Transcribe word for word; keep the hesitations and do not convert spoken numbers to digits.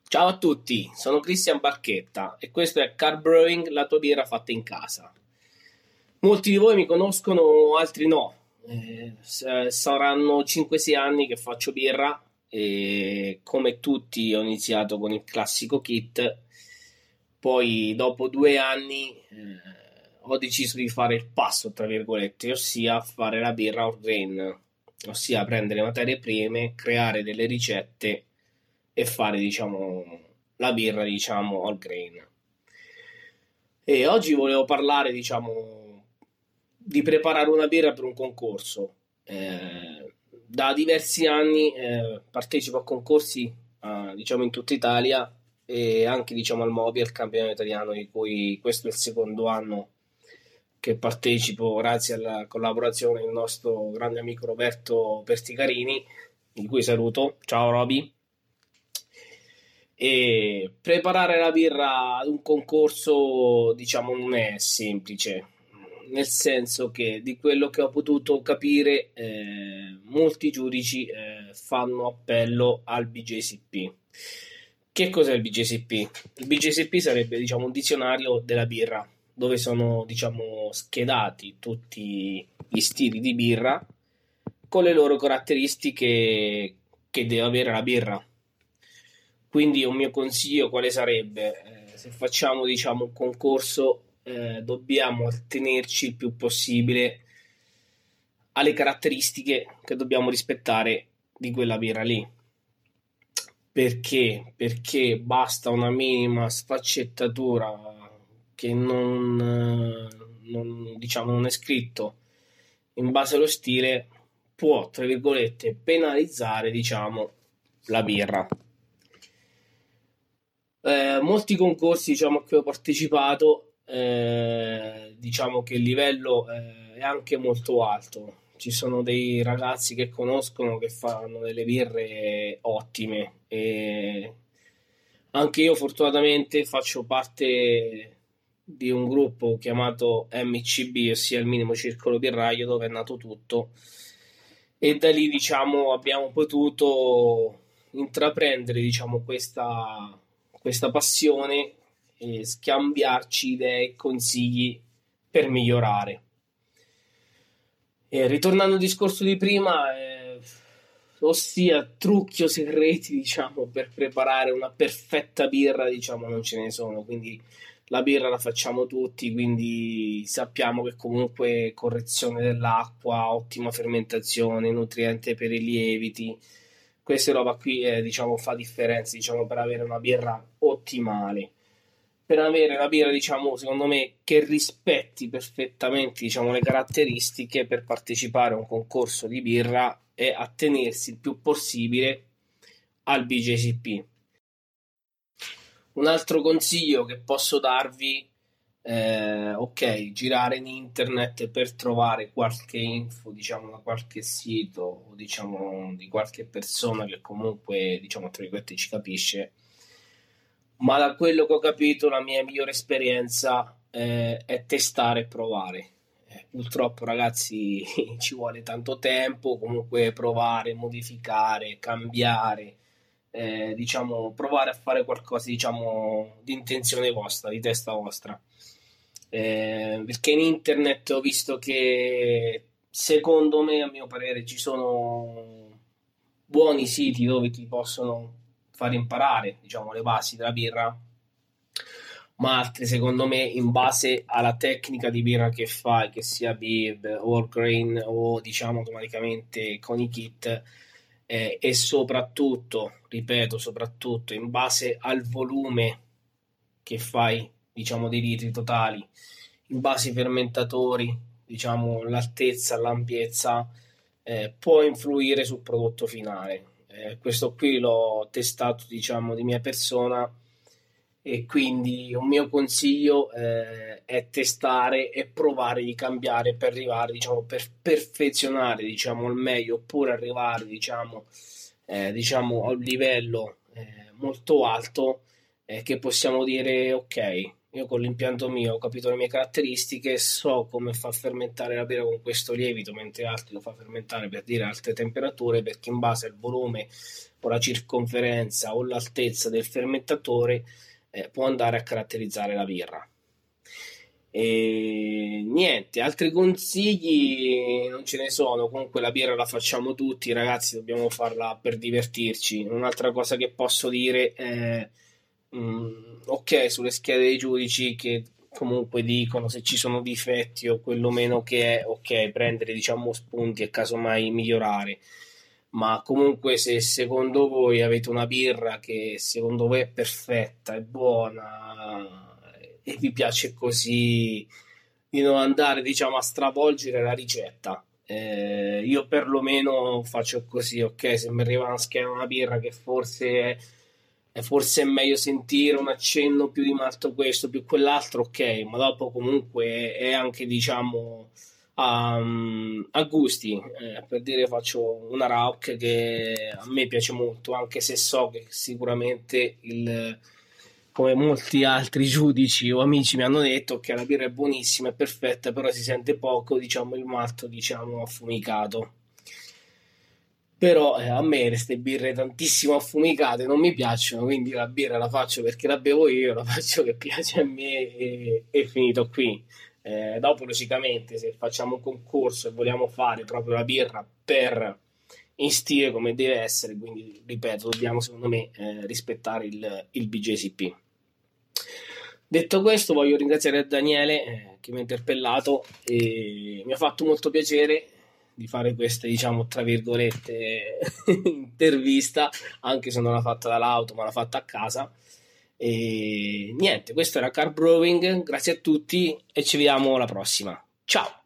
Ciao a tutti, sono Christian Barchetta e questo è Car Brewing, la tua birra fatta in casa. Molti di voi mi conoscono, altri no. Eh, s- saranno cinque sei anni che faccio birra e come tutti ho iniziato con il classico kit, poi dopo due anni eh, ho deciso di fare il passo, tra virgolette, ossia fare la birra all grain, ossia prendere materie prime, creare delle ricette e fare, diciamo, la birra, diciamo, all grain. E oggi volevo parlare, diciamo, di preparare una birra per un concorso. Eh, da diversi anni eh, partecipo a concorsi, eh, diciamo, in tutta Italia e anche, diciamo, al Mobi, al campionato italiano, di cui questo è il secondo anno che partecipo grazie alla collaborazione del nostro grande amico Roberto Perticarini, di cui saluto. Ciao Roby. E preparare la birra ad un concorso, diciamo, non è semplice, nel senso che di quello che ho potuto capire, eh, molti giudici eh, fanno appello al B J C P. Che cos'è il B J C P? Il B J C P sarebbe, diciamo, un dizionario della birra, dove sono, diciamo, schedati tutti gli stili di birra con le loro caratteristiche che deve avere la birra. Quindi un mio consiglio quale sarebbe? Eh, se facciamo, diciamo, un concorso, eh, dobbiamo attenerci il più possibile alle caratteristiche che dobbiamo rispettare di quella birra lì. Perché? Perché basta una minima sfaccettatura che non, eh, non, diciamo, non è scritto in base allo stile, può, tra virgolette, penalizzare, diciamo, la birra. Eh, molti concorsi, diciamo, a cui ho partecipato, eh, diciamo che il livello eh, è anche molto alto. Ci sono dei ragazzi che conoscono che fanno delle birre ottime e anche io fortunatamente faccio parte di un gruppo chiamato M C B, ossia il minimo circolo birraio, dove è nato tutto e da lì, diciamo, abbiamo potuto intraprendere, diciamo, questa, questa passione e scambiarci idee e consigli per migliorare. E ritornando al discorso di prima, eh, ossia trucchi o segreti, diciamo, per preparare una perfetta birra, diciamo, non ce ne sono. Quindi la birra la facciamo tutti, quindi sappiamo che comunque correzione dell'acqua, ottima fermentazione, nutriente per i lieviti, queste roba qui, eh, diciamo, fa differenza, diciamo, per avere una birra ottimale. Per avere una birra, diciamo, secondo me, che rispetti perfettamente, diciamo, le caratteristiche per partecipare a un concorso di birra e attenersi il più possibile al B J C P. Un altro consiglio che posso darvi, eh, ok, girare in internet per trovare qualche info, diciamo, da qualche sito o diciamo di qualche persona che comunque, diciamo, tra virgolette ci capisce, ma da quello che ho capito la mia migliore esperienza eh, è testare e provare. Eh, purtroppo ragazzi ci vuole tanto tempo, comunque provare, modificare, cambiare, eh, diciamo provare a fare qualcosa diciamo di intenzione vostra, di testa vostra. Eh, perché in internet ho visto che secondo me, a mio parere, ci sono buoni siti dove ti possono far imparare, diciamo, le basi della birra, ma altre, secondo me, in base alla tecnica di birra che fai, che sia Beer, All Grain o, diciamo, automaticamente con i kit, eh, e soprattutto, ripeto, soprattutto in base al volume che fai, diciamo, di litri totali, in base ai fermentatori, diciamo, l'altezza, l'ampiezza, eh, può influire sul prodotto finale. Eh, questo qui l'ho testato, diciamo, di mia persona e quindi un mio consiglio eh, è testare e provare di cambiare per arrivare, diciamo, per perfezionare, diciamo, al meglio oppure arrivare, diciamo, eh, diciamo, a un livello eh, molto alto eh, che possiamo dire ok, io con l'impianto mio ho capito le mie caratteristiche, so come fa fermentare la birra con questo lievito, mentre altri lo fa fermentare per dire altre temperature, perché in base al volume o la circonferenza o l'altezza del fermentatore eh, può andare a caratterizzare la birra. E niente, altri consigli non ce ne sono. Comunque la birra la facciamo tutti, ragazzi, dobbiamo farla per divertirci. Un'altra cosa che posso dire è mm, ok, sulle schede dei giudici che comunque dicono se ci sono difetti o quello meno che è, ok, prendere diciamo spunti e casomai migliorare. Ma comunque se secondo voi avete una birra che secondo voi è perfetta, è buona e vi piace così, di non andare diciamo a stravolgere la ricetta. Eh, io perlomeno faccio così, ok? Se mi arriva una scheda una birra che forse è, è forse è meglio sentire un accenno più di malto questo, più quell'altro, ok, ma dopo comunque è anche diciamo a, a gusti. Eh, per dire faccio una Rauch che a me piace molto, anche se so che sicuramente il come molti altri giudici o amici mi hanno detto che la birra è buonissima, è perfetta, però si sente poco, diciamo, il malto, diciamo, affumicato. Però eh, a me queste birre tantissimo affumicate non mi piacciono, quindi la birra la faccio perché la bevo io, la faccio che piace a me e è finito qui. Eh, dopo, logicamente, se facciamo un concorso e vogliamo fare proprio la birra per in stile come deve essere, quindi ripeto, dobbiamo secondo me eh, rispettare il, il B J C P. Detto questo, voglio ringraziare Daniele eh, che mi ha interpellato e mi ha fatto molto piacere di fare questa, diciamo, tra virgolette, intervista, anche se non l'ha fatta dall'auto, ma l'ha fatta a casa. E niente, questo era Car Brewing, grazie a tutti e ci vediamo alla prossima. Ciao!